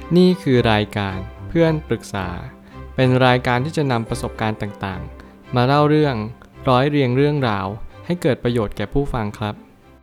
นี่คือรายการเพื่อนปรึกษาเป็นรายการที่จะนำประสบการณ์ต่างๆมาเล่าเรื่องร้อยเรียงเรื่องราวให้เกิดประโยชน์แก่ผู้ฟังครับ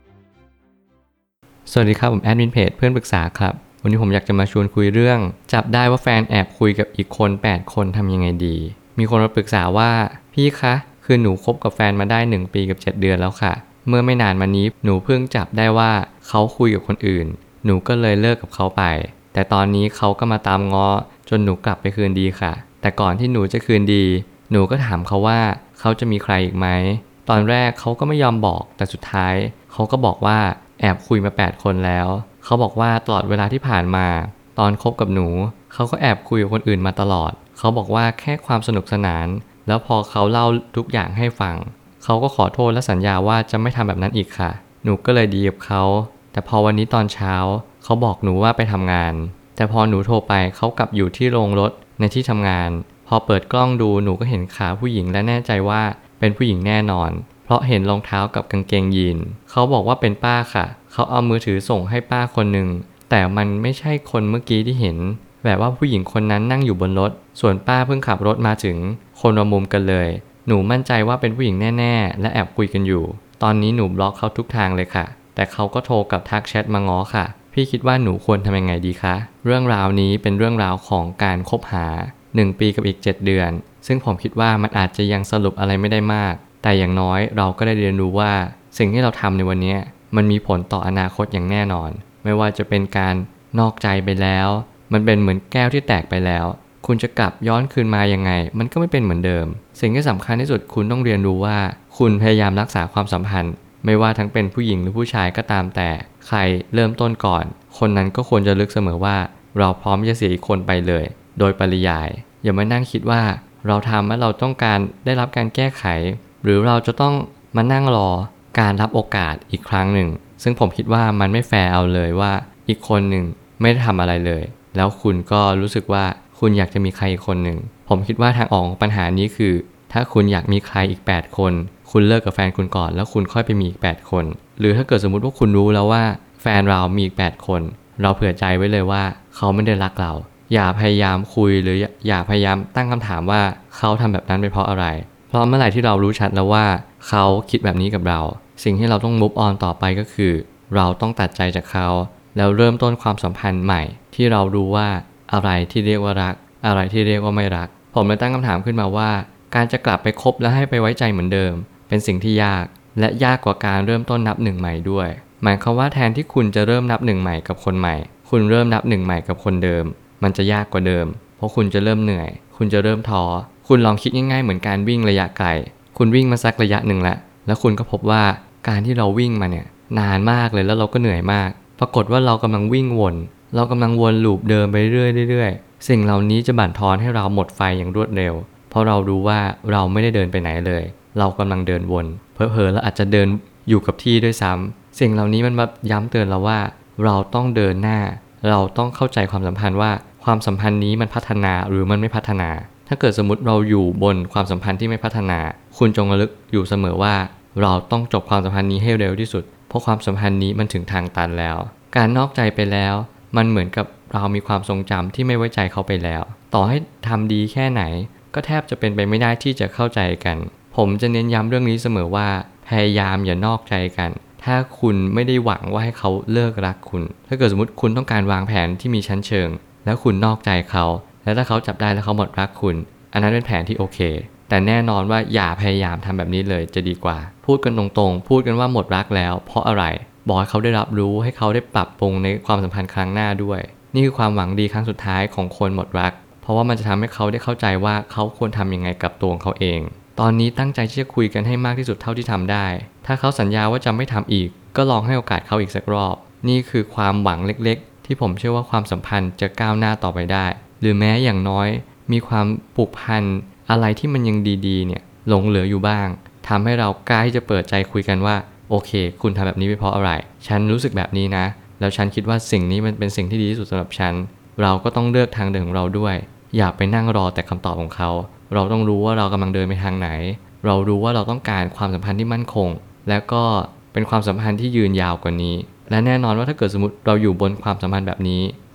สวัสดีครับผมแอดมินเพจเพื่อนปรึกษาครับวันนี้ผมอยากจะมาชวนคุยเรื่องจับได้ว่าแฟนแอบคุยกับอีกคน8คนทำยังไงดีมีคนมาปรึกษาว่าพี่คะคือหนูคบกับแฟนมาได้1 ปีกับ7 เดือนแล้วค่ะเมื่อไม่นานมานี้หนูเพิ่งจับได้ว่าเขาคุยกับคนอื่นหนูก็เลยเลิกกับเขาไปแต่ตอนนี้เขาก็มาตามง้อจนหนูกลับไปคืนดีค่ะแต่ก่อนที่หนูจะคืนดีหนูก็ถามเขาว่าเขาจะมีใครอีกไหมตอนแรกเขาก็ไม่ยอมบอกแต่สุดท้ายเขาก็บอกว่าแอบคุยมา8คนแล้วเขาบอกว่าตลอดเวลาที่ผ่านมาตอนคบกับหนูเขาก็แอบคุยกับคนอื่นมาตลอดเขาบอกว่าแค่ความสนุกสนานแล้วพอเขาเล่าทุกอย่างให้ฟังเขาก็ขอโทษและสัญญาว่าจะไม่ทำแบบนั้นอีกค่ะหนูก็เลยดีกับเขาแต่พอวันนี้ตอนเช้าเขาบอกหนูว่าไปทำงานแต่พอหนูโทรไปเขากลับอยู่ที่โรงรถในที่ทำงานพอเปิดกล้องดูหนูก็เห็นขาผู้หญิงและแน่ใจว่าเป็นผู้หญิงแน่นอนเพราะเห็นรองเท้ากับกางเกงยีนเขาบอกว่าเป็นป้าค่ะเขาเอามือถือส่งให้ป้าคนหนึ่งแต่มันไม่ใช่คนเมื่อกี้ที่เห็นแบบว่าผู้หญิงคนนั้นนั่งอยู่บนรถส่วนป้าเพิ่งขับรถมาถึงคนละมุมกันเลยหนูมั่นใจว่าเป็นผู้หญิงแน่ๆและแอบคุยกันอยู่ตอนนี้หนูบล็อกเขาทุกทางเลยค่ะแต่เขาก็โทรกับทักแชทมาง้อค่ะพี่คิดว่าหนูควรทำยังไงดีคะเรื่องราวนี้เป็นเรื่องราวของการคบหา1 ปีกับอีก7 เดือนซึ่งผมคิดว่ามันอาจจะยังสรุปอะไรไม่ได้มากแต่อย่างน้อยเราก็ได้เรียนรู้ว่าสิ่งที่เราทำในวันนี้มันมีผลต่ออนาคตอย่างแน่นอนไม่ว่าจะเป็นการนอกใจไปแล้วมันเป็นเหมือนแก้วที่แตกไปแล้วคุณจะกลับย้อนคืนมายังไงมันก็ไม่เป็นเหมือนเดิมสิ่งที่สำคัญที่สุดคุณต้องเรียนรู้ว่าคุณพยายามรักษาความสัมพันธ์ไม่ว่าทั้งเป็นผู้หญิงหรือผู้ชายก็ตามแต่ใครเริ่มต้นก่อนคนนั้นก็ควรจะลึกเสมอว่าเราพร้อมจะเสียอีกคนไปเลยโดยปริยายอย่ามานั่งคิดว่าเราทำแล้วเราต้องการได้รับการแก้ไขหรือเราจะต้องมานั่งรอการรับโอกาสอีกครั้งหนึ่งซึ่งผมคิดว่ามันไม่แฟร์เอาเลยว่าอีกคนหนึ่งไม่ได้ทำอะไรเลยแล้วคุณก็รู้สึกว่าคุณอยากจะมีใครอีกคนหนึ่งผมคิดว่าทางออกของปัญหานี้คือถ้าคุณอยากมีใครอีก8คนคุณเลิกกับแฟนคุณก่อนแล้วคุณค่อยไปมีอีก8คนหรือถ้าเกิดสมมุติว่าคุณรู้แล้วว่าแฟนเรามีอีก8คนเราเผื่อใจไว้เลยว่าเขาไม่ได้รักเราอย่าพยายามคุยหรืออย่าพยายามตั้งคำถามว่าเขาทำแบบนั้นไปเพราะอะไรเพราะเมื่อไหร่ที่เรารู้ชัดแล้วว่าเขาคิดแบบนี้กับเราสิ่งที่เราต้อง move on ต่อไปก็คือเราต้องตัดใจจากเขาแล้วเริ่มต้นความสัมพันธ์ใหม่ที่เรารู้ว่าอะไรที่เรียกว่ารักอะไรที่เรียกว่าไม่รักผมเลยตั้งคำถามขึ้นมาว่าการจะกลับไปคบและให้ไปไว้ใจเหมือนเดิมเป็นสิ่งที่ยากและยากกว่าการเริ่มต้นนับหนึ่งใหม่ด้วยหมายความว่าแทนที่คุณจะเริ่มนับหนึ่งใหม่กับคนใหม่คุณเริ่มนับหนึ่งใหม่กับคนเดิมมันจะยากกว่าเดิมเพราะคุณจะเริ่มเหนื่อยคุณจะเริ่มท้อคุณลองคิดง่ายๆเหมือนการวิ่งระยะไกลคุณวิ่งมาสักระยะหนึ่งแล้วคุณก็พบว่าการที่เราวิ่งมาเนี่ยนานมากเลยแล้วเราก็เหนื่อยมากปรากฏว่าเรากำลังวิ่งวนเรากำลังวนลูปเดิมไปเรื่อยๆสิ่งเหล่านี้จะบั่นทอนให้เราหมดไฟอย่างรวดเร็วเพราะเรารู้ว่าเราไม่ได้เดินไปไหนเลยเรากำลังเดินวนเผลอๆแล้วอาจจะเดินอยู่กับที่ด้วยซ้ำสิ่งเหล่านี้มันมาย้ำเตือนเราว่าเราต้องเดินหน้าเราต้องเข้าใจความสัมพันธ์ว่าความสัมพันธ์นี้มันพัฒนาหรือมันไม่พัฒนาถ้าเกิดสมมติเราอยู่บนความสัมพันธ์ที่ไม่พัฒนาคุณจงระลึกอยู่เสมอว่าเราต้องจบความสัมพันธ์นี้ให้เร็วที่สุดเพราะความสัมพันธ์นี้มันถึงทางตันแล้วการนอกใจไปแล้วมันเหมือนกับเรามีความทรงจำที่ไม่ไว้ใจเขาไปแล้วต่อให้ทำดีแค่ไหนก็แทบจะเป็นไปไม่ได้ที่จะเข้าใจกันผมจะเน้นย้ำเรื่องนี้เสมอว่าพยายามอย่านอกใจกันถ้าคุณไม่ได้หวังว่าให้เขาเลิกรักคุณถ้าเกิดสมมติคุณต้องการวางแผนที่มีชั้นเชิงแล้วคุณนอกใจเขาแล้วถ้าเขาจับได้แล้วเขาหมดรักคุณอันนั้นเป็นแผนที่โอเคแต่แน่นอนว่าอย่าพยายามทำแบบนี้เลยจะดีกว่าพูดกันตรงๆพูดกันว่าหมดรักแล้วเพราะอะไรบอกให้เขาได้รับรู้ให้เขาได้ปรับปรุงในความสัมพันธ์ครั้งหน้าด้วยนี่คือความหวังดีครั้งสุดท้ายของคนหมดรักเพราะว่ามันจะทำให้เขาได้เข้าใจว่าเขาควรทำยังไงกับตัวของเขาเองตอนนี้ตั้งใจที่จะคุยกันให้มากที่สุดเท่าที่ทำได้ถ้าเขาสัญญาว่าจะไม่ทำอีกก็ลองให้โอกาสเขาอีกสักรอบนี่คือความหวังเล็กๆที่ผมเชื่อว่าความสัมพันธ์จะก้าวหน้าต่อไปได้หรือแม้อย่างน้อยมีความผูกพันอะไรที่มันยังดีๆเนี่ยหลงเหลืออยู่บ้างทำให้เรากล้าที่จะเปิดใจคุยกันว่าโอเคคุณทำแบบนี้ไปเพราะอะไรฉันรู้สึกแบบนี้นะแล้วฉันคิดว่าสิ่งนี้มันเป็นสิ่งที่ดีที่สุดสำหรับฉันเราก็ต้องเลือกทางเดินของเราด้วยอย่าไปนั่งรอแต่คำตอบของเขาเราต้องรู้ว่าเรากำลังเดินไปทางไหนเรารู้ว่าเราต้องการความสัมพันธ์ที่มั่นคงแล้วก็เป็นความสัมพันธ์ที่ยืนยาวกว่านี้และแน่นอนว่าถ้าเกิดสมมติเราอยู่บนความสัมพันธ์แบบนี้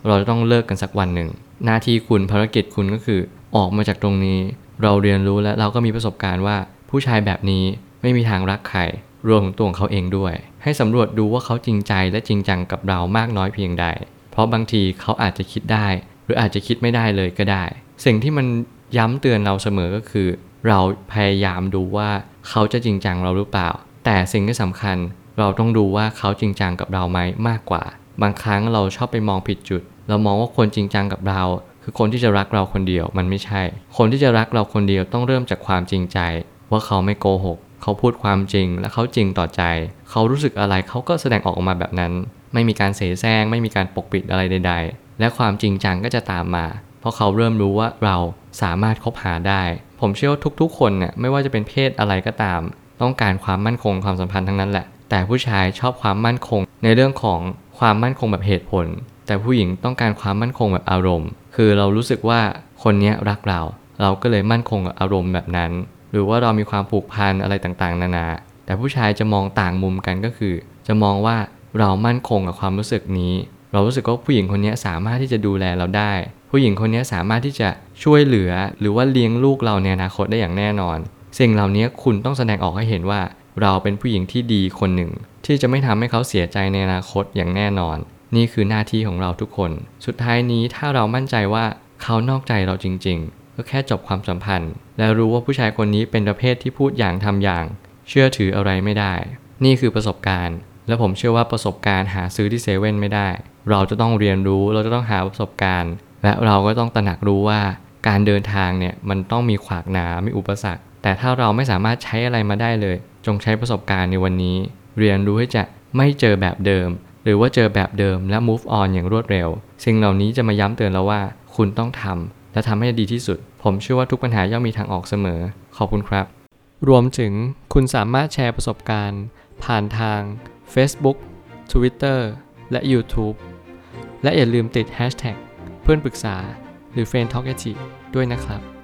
เราจะต้องเลิกกันสักวันหนึ่งหน้าที่คุณภารกิจคุณก็คือออกมาจากตรงนี้เราเรียนรู้และเราก็มีประสบการณ์ว่าผู้ชายแบบนี้ไม่มีทางรักใครรวมถึงตัวของเขาเองด้วยให้สำรวจดูว่าเขาจริงใจและจริงจังกับเรามากน้อยเพียงใดเพราะบางทีเขาอาจจะคิดได้หรืออาจจะคิดไม่ได้เลยก็ได้สิ่งที่มันย้ำเตือนเราเสมอก็คือเราพยายามดูว่าเขาจะจริงจังเราหรือเปล่าแต่สิ่งที่สำคัญเราต้องดูว่าเขาจริงจังกับเราไหมมากกว่าบางครั้งเราชอบไปมองผิดจุดเรามองว่าคนจริงจังกับเราคือคนที่จะรักเราคนเดียวมันไม่ใช่คนที่จะรักเราคนเดียวต้องเริ่มจากความจริงใจว่าเขาไม่โกหกเขาพูดความจริงและเขาจริงต่อใจเขารู้สึกอะไรเขาก็แสดงออกมาแบบนั้นไม่มีการเสแสร้งไม่มีการปกปิดอะไรใดๆและความจริงจังก็จะตามมาเพราะเขาเริ่มรู้ว่าเราสามารถคบหาได้ผมเชื่อว่าทุกๆคนเนี่ยไม่ว่าจะเป็นเพศอะไรก็ตามต้องการความมั่นคงความสัมพันธ์ทั้งนั้นแหละแต่ผู้ชายชอบความมั่นคงในเรื่องของความมั่นคงแบบเหตุผลแต่ผู้หญิงต้องการความมั่นคงแบบอารมณ์คือเรารู้สึกว่าคนนี้รักเราก็เลยมั่นคงกับอารมณ์แบบนั้นหรือว่าเรามีความผูกพันอะไรต่างๆนานาแต่ผู้ชายจะมองต่างมุมกันก็คือจะมองว่าเรามั่นคงกับความรู้สึกนี้เรารู้สึกว่าผู้หญิงคนนี้สามารถที่จะดูแลเราได้ผู้หญิงคนนี้สามารถที่จะช่วยเหลือหรือว่าเลี้ยงลูกเราในอนาคตได้อย่างแน่นอนสิ่งเหล่านี้คุณต้องแสดงออกให้เห็นว่าเราเป็นผู้หญิงที่ดีคนหนึ่งที่จะไม่ทำให้เขาเสียใจในอนาคตอย่างแน่นอนนี่คือหน้าที่ของเราทุกคนสุดท้ายนี้ถ้าเรามั่นใจว่าเขานอกใจเราจริงๆก็แค่จบความสัมพันธ์และรู้ว่าผู้ชายคนนี้เป็นประเภทที่พูดอย่างทำอย่างเชื่อถืออะไรไม่ได้นี่คือประสบการณ์และผมเชื่อว่าประสบการณ์หาซื้อที่เซเว่นไม่ได้เราจะต้องเรียนรู้เราจะต้องหาประสบการณ์และเราก็ต้องตระหนักรู้ว่าการเดินทางเนี่ยมันต้องมีขวากหนามีอุปสรรคแต่ถ้าเราไม่สามารถใช้อะไรมาได้เลยจงใช้ประสบการณ์ในวันนี้เรียนรู้ให้จะไม่เจอแบบเดิมหรือว่าเจอแบบเดิมและ move on อย่างรวดเร็วสิ่งเหล่านี้จะมาย้ำเตือนเราว่าคุณต้องทำและทำให้ดีที่สุดผมเชื่อว่าทุกปัญหาย่อมมีทางออกเสมอขอบคุณครับรวมถึงคุณสามารถแชร์ประสบการณ์ผ่านทาง Facebook Twitter และ YouTube และอย่าลืมติด hashtag เพื่อนปรึกษาหรือ Friend Talkative ด้วยนะครับ